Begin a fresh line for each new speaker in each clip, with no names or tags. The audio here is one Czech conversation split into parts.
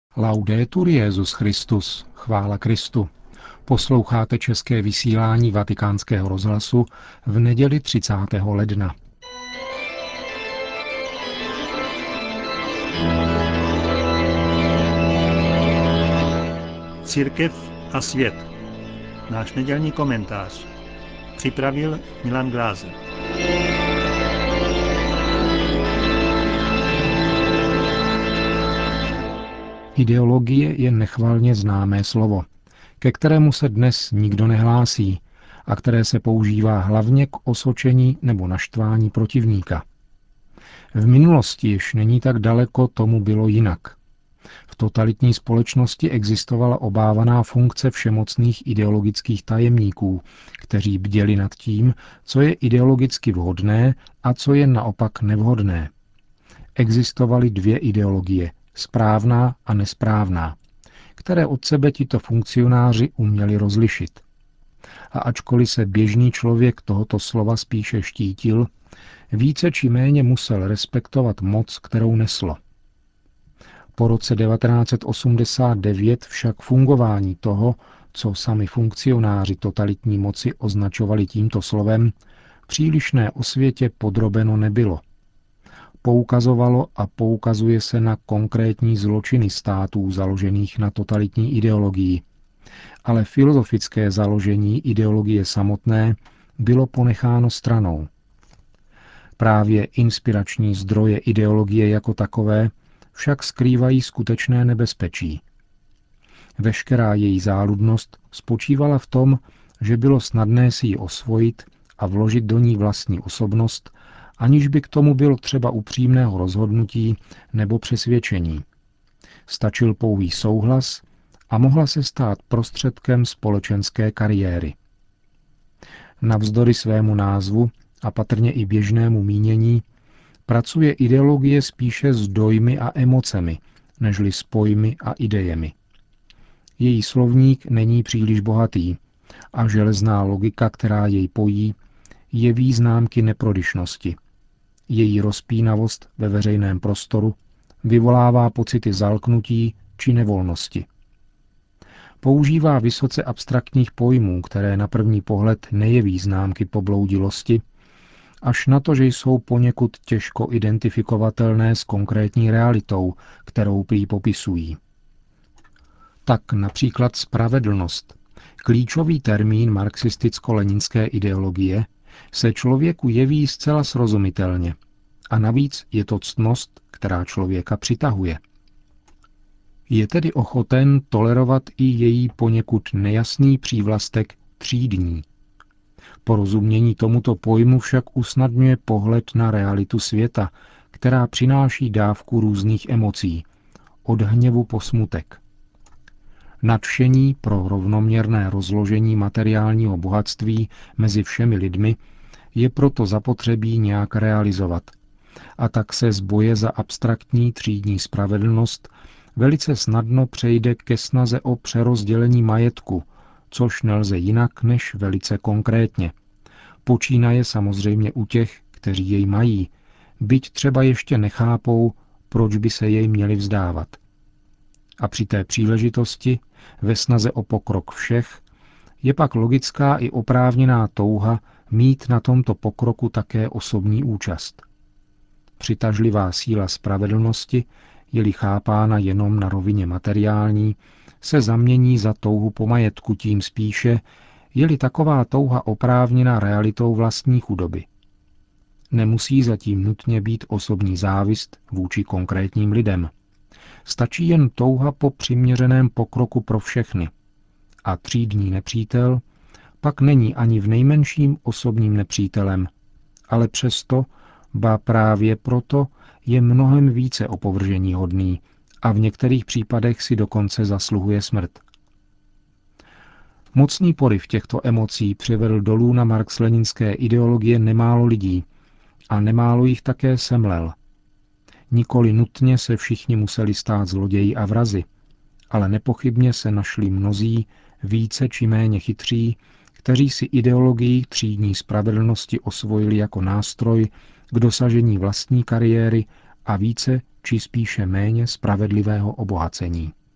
Laudetur Jesus Christus, chvála Kristu. Posloucháte české vysílání Vatikánského rozhlasu v neděli 30. ledna.
Církev a svět. Náš nedělní komentář. Připravil Milan Glázer.
Ideologie je nechvalně známé slovo, ke kterému se dnes nikdo nehlásí a které se používá hlavně k osočení nebo naštvání protivníka. V minulosti již není tak daleko tomu bylo jinak. V totalitní společnosti existovala obávaná funkce všemocných ideologických tajemníků, kteří bděli nad tím, co je ideologicky vhodné a co je naopak nevhodné. Existovaly dvě ideologie, správná a nesprávná, které od sebe tito funkcionáři uměli rozlišit. A ačkoliv se běžný člověk tohoto slova spíše štítil, více či méně musel respektovat moc, kterou neslo. Po roce 1989 však fungování toho, co sami funkcionáři totalitní moci označovali tímto slovem, přílišné osvětě podrobeno nebylo. Poukazovalo a poukazuje se na konkrétní zločiny států založených na totalitní ideologii, ale filozofické založení ideologie samotné bylo ponecháno stranou. Právě inspirační zdroje ideologie jako takové však skrývají skutečné nebezpečí. Veškerá její záludnost spočívala v tom, že bylo snadné si ji osvojit a vložit do ní vlastní osobnost, aniž by k tomu bylo třeba upřímného rozhodnutí nebo přesvědčení. Stačil pouhý souhlas a mohla se stát prostředkem společenské kariéry. Navzdory svému názvu a patrně i běžnému mínění pracuje ideologie spíše s dojmy a emocemi, nežli s pojmy a idejemi. Její slovník není příliš bohatý a železná logika, která jej pojí, jeví známky neprodyšnosti. Její rozpínavost ve veřejném prostoru vyvolává pocity zalknutí či nevolnosti. Používá vysoce abstraktních pojmů, které na první pohled nejeví známky pobloudilosti, až na to, že jsou poněkud těžko identifikovatelné s konkrétní realitou, kterou prý popisují. Tak například spravedlnost, klíčový termín marxisticko-leninské ideologie, se člověku jeví zcela srozumitelně. A navíc je to ctnost, která člověka přitahuje. Je tedy ochoten tolerovat i její poněkud nejasný přívlastek třídní. Porozumění tomuto pojmu však usnadňuje pohled na realitu světa, která přináší dávku různých emocí, od hněvu po smutek. Nadšení pro rovnoměrné rozložení materiálního bohatství mezi všemi lidmi je proto zapotřebí nějak realizovat. A tak se z boje za abstraktní třídní spravedlnost velice snadno přejde ke snaze o přerozdělení majetku, což nelze jinak než velice konkrétně. Počínaje samozřejmě u těch, kteří jej mají, byť třeba ještě nechápou, proč by se jej měli vzdávat. A při té příležitosti, ve snaze o pokrok všech, je pak logická i oprávněná touha mít na tomto pokroku také osobní účast. Přitažlivá síla spravedlnosti, je-li chápána jenom na rovině materiální, se zamění za touhu po majetku tím spíše, je-li taková touha oprávněna realitou vlastní chudoby. Nemusí zatím nutně být osobní závist vůči konkrétním lidem. Stačí jen touha po přiměřeném pokroku pro všechny. A třídní nepřítel pak není ani v nejmenším osobním nepřítelem, ale přesto, ba právě proto, je mnohem více opovrženíhodný a v některých případech si dokonce zasluhuje smrt. Mocný poryv těchto emocí přivedl dolů na marx-leninské ideologie nemálo lidí a nemálo jich také semlel. Nikoli nutně se všichni museli stát zloději a vrazi, ale nepochybně se našli mnozí, více či méně chytří, kteří si ideologii třídní spravedlnosti osvojili jako nástroj k dosažení vlastní kariéry a více či spíše méně spravedlivého obohacení.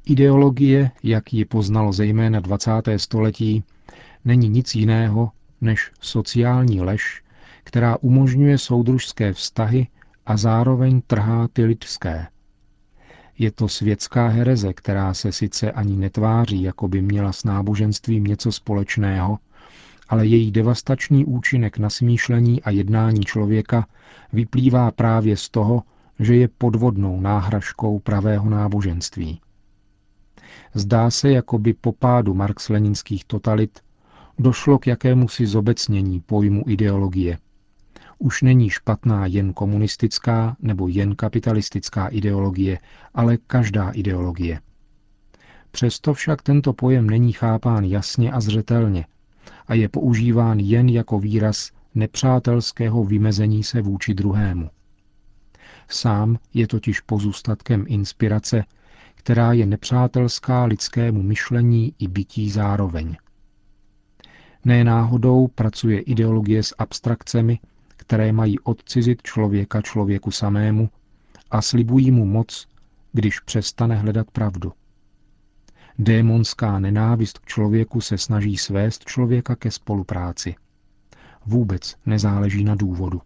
Ideologie, jak ji poznalo zejména 20. století, není nic jiného než sociální lež, která umožňuje soudružské vztahy a zároveň trhá ty lidské. Je to světská hereze, která se sice ani netváří, jako by měla s náboženstvím něco společného, ale její devastační účinek na smýšlení a jednání člověka vyplývá právě z toho, že je podvodnou náhražkou pravého náboženství. Zdá se, jako by po pádu marxleninských totalit došlo k jakémusi zobecnění pojmu ideologie. Už není špatná jen komunistická nebo jen kapitalistická ideologie, ale každá ideologie. Přesto však tento pojem není chápán jasně a zřetelně a je používán jen jako výraz nepřátelského vymezení se vůči druhému. Sám je totiž pozůstatkem inspirace, která je nepřátelská lidskému myšlení i bytí zároveň. Ne náhodou pracuje ideologie s abstrakcemi, které mají odcizit člověka člověku samému a slibují mu moc, když přestane hledat pravdu. Démonská nenávist k člověku se snaží svést člověka ke spolupráci. Vůbec nezáleží na důvodu.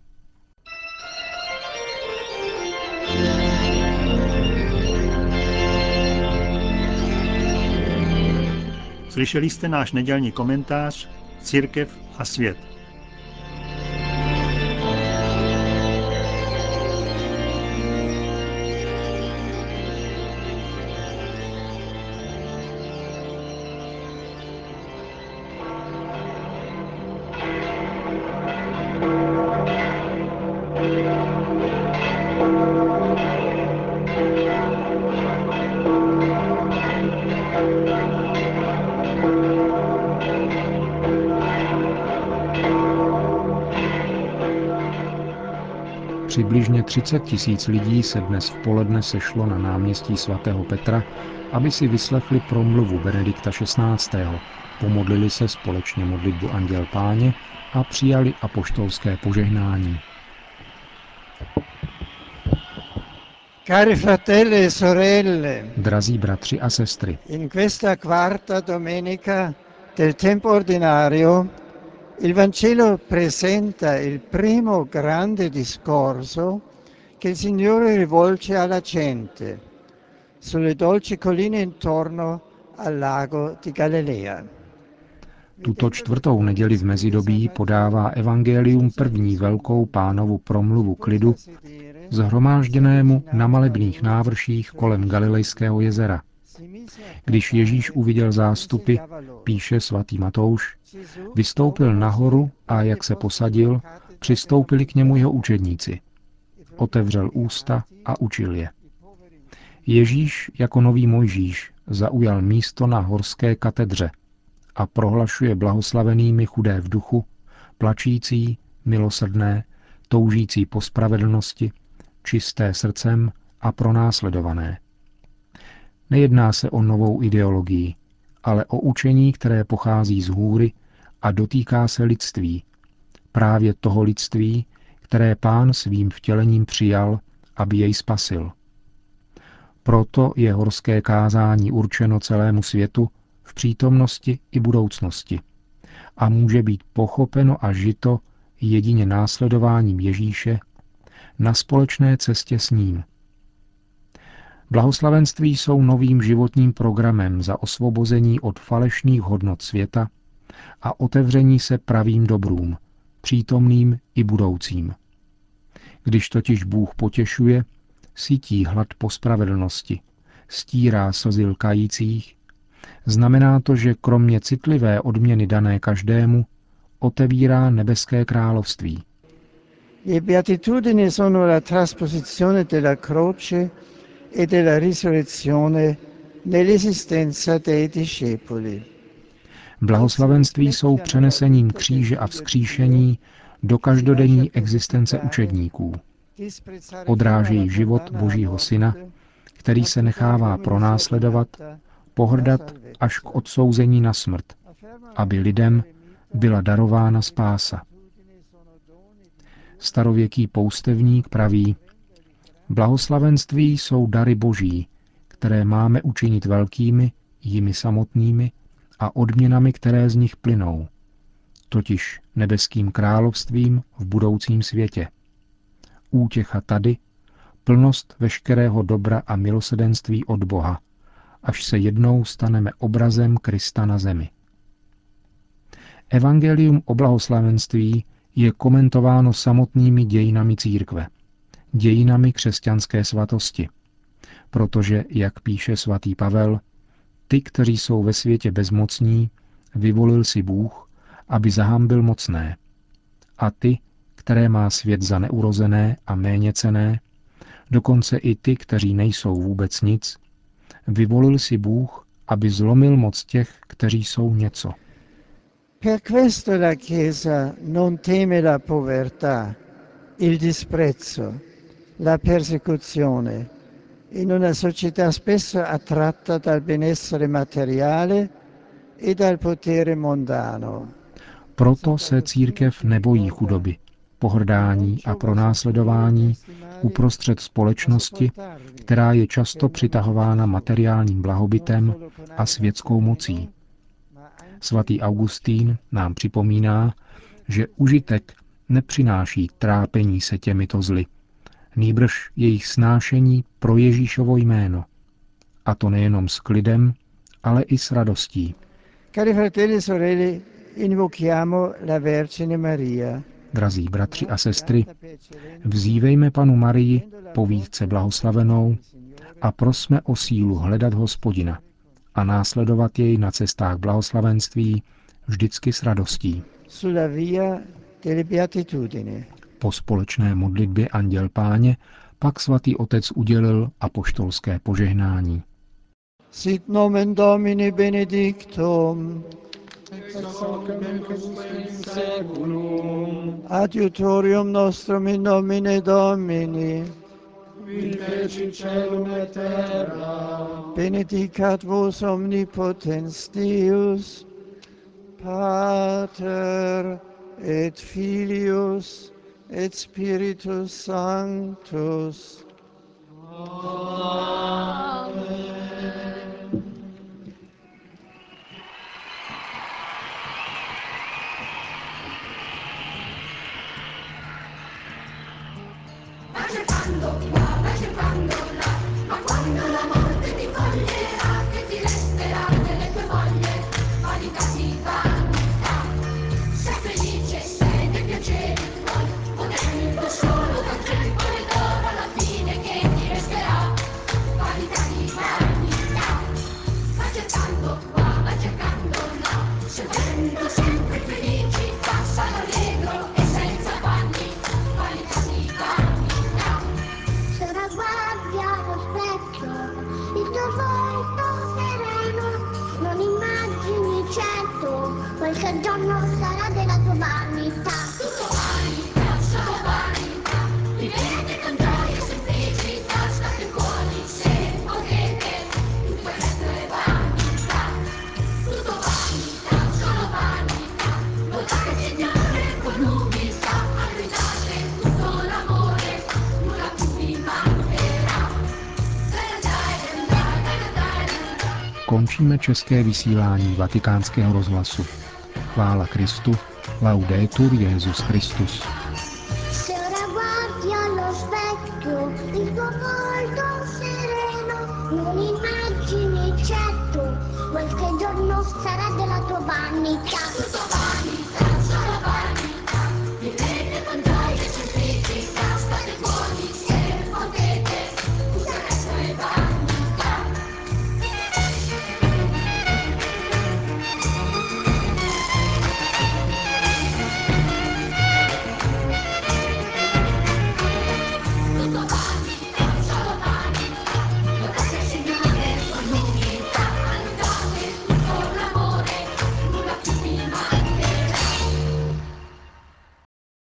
Slyšeli jste náš nedělní komentář Církev a svět.
Přibližně 30 000 lidí se dnes v poledne sešlo na náměstí svatého Petra, aby si vyslechli promluvu Benedikta XVI., pomodlili se společně modlitbu Anděl Páně a přijali apoštolské požehnání.
Cari fratelli e sorelle,
Drazí bratři a sestry,
in questa quarta domenica del tempo ordinario il Vangelo presenta il primo grande discorso che il Signore rivolge alla gente sulle dolci colline intorno al lago di Galilea.
tuto čtvrtou neděli v mezidobí podává evangelium první velkou Pánovu promluvu k lidu, shromážděnému na malebných návrších kolem Galilejského jezera. Když Ježíš uviděl zástupy, píše svatý Matouš, vystoupil nahoru a jak se posadil, přistoupili k němu jeho učedníci. Otevřel ústa a učil je. Ježíš jako nový Mojžíš zaujal místo na horské katedře a prohlašuje blahoslavenými chudé v duchu, plačící, milosrdné, toužící po spravedlnosti, čisté srdcem a pronásledované. Nejedná se o novou ideologii, ale o učení, které pochází z hůry a dotýká se lidství, právě toho lidství, které Pán svým vtělením přijal, aby jej spasil. Proto je horské kázání určeno celému světu v přítomnosti i budoucnosti a může být pochopeno a žito jedině následováním Ježíše na společné cestě s ním. Blahoslavenství jsou novým životním programem za osvobození od falešných hodnot světa a otevření se pravým dobrům, přítomným i budoucím. Když totiž Bůh potěšuje, sytí hlad po spravedlnosti, stírá slzy lkajících, znamená to, že kromě citlivé odměny dané každému, otevírá nebeské království.
Le beatitudini sono la trasposizione della croce e della risurrezione nell'esistenza dei discepoli.
Blahoslavenství jsou přenesením kříže a vzkříšení do každodenní existence učedníků. Odrážejí život Božího Syna, který se nechává pronásledovat, pohrdat až k odsouzení na smrt, aby lidem byla darována spása. Starověký poustevník praví, blahoslavenství jsou dary Boží, které máme učinit velkými, jimi samotnými a odměnami, které z nich plynou, totiž nebeským královstvím v budoucím světě. Útěcha tady, plnost veškerého dobra a milosedenství od Boha, až se jednou staneme obrazem Krista na zemi. Evangelium o blahoslavenství je komentováno samotnými dějinami církve, dějinami křesťanské svatosti, protože, jak píše svatý Pavel, ty, kteří jsou ve světě bezmocní, vyvolil si Bůh, aby zahambil mocné. A ty, které má svět za neurozené a méněcenné, dokonce i ty, kteří nejsou vůbec nic, vyvolil si Bůh, aby zlomil moc těch, kteří jsou něco.
Per questo la Chiesa non teme la povertà, il disprezzo, la persecuzione, in una società spesso attratta dal benessere materiale e dal potere mondano.
Proto se církev nebojí chudoby, pohrdání a pronásledování uprostřed společnosti, která je často přitahována materiálním blahobytem a světskou mocí. Svatý Augustín nám připomíná, že užitek nepřináší trápení se těmito zly, nýbrž jejich snášení pro Ježíšovo jméno. A to nejenom s klidem, ale i s radostí.
Cari fratelli e sorelle, invochiamo la Vergine Maria.
Drazí bratři a sestry, vzívejme Panu Marii, povídce blahoslavenou, a prosme o sílu hledat Hospodina a následovat jej na cestách blahoslavenství vždycky s radostí.
Sulla via delle beatitudini.
Po společné modlitbě Anděl Páně pak svatý otec udělil apoštolské požehnání.
Sit nomen Domini benedictum. Adiutorium nostrum in nomine Domini. Benedicat vos omnipotens Deus, Pater et Filius et Spiritus Sanctus.
Qualche giorno sarà della tua vanità. Tutto vanità, solo vanità. Vivete con gioia e semplicità. State buoni se potete. Tutto il resto è vanità. Tutto vanità, solo vanità. Lodate il Signore con umiltà. Affidate tutto l'amore. Nulla più vi mancherà.
Končíme české vysílání Vatikánského rozhlasu. Chvála Kristu, laudetur Jesus Christus.
Se ora guardi allo specchio il tuo volto sereno, non immagini certo quel che giorno sarà della tua vanità.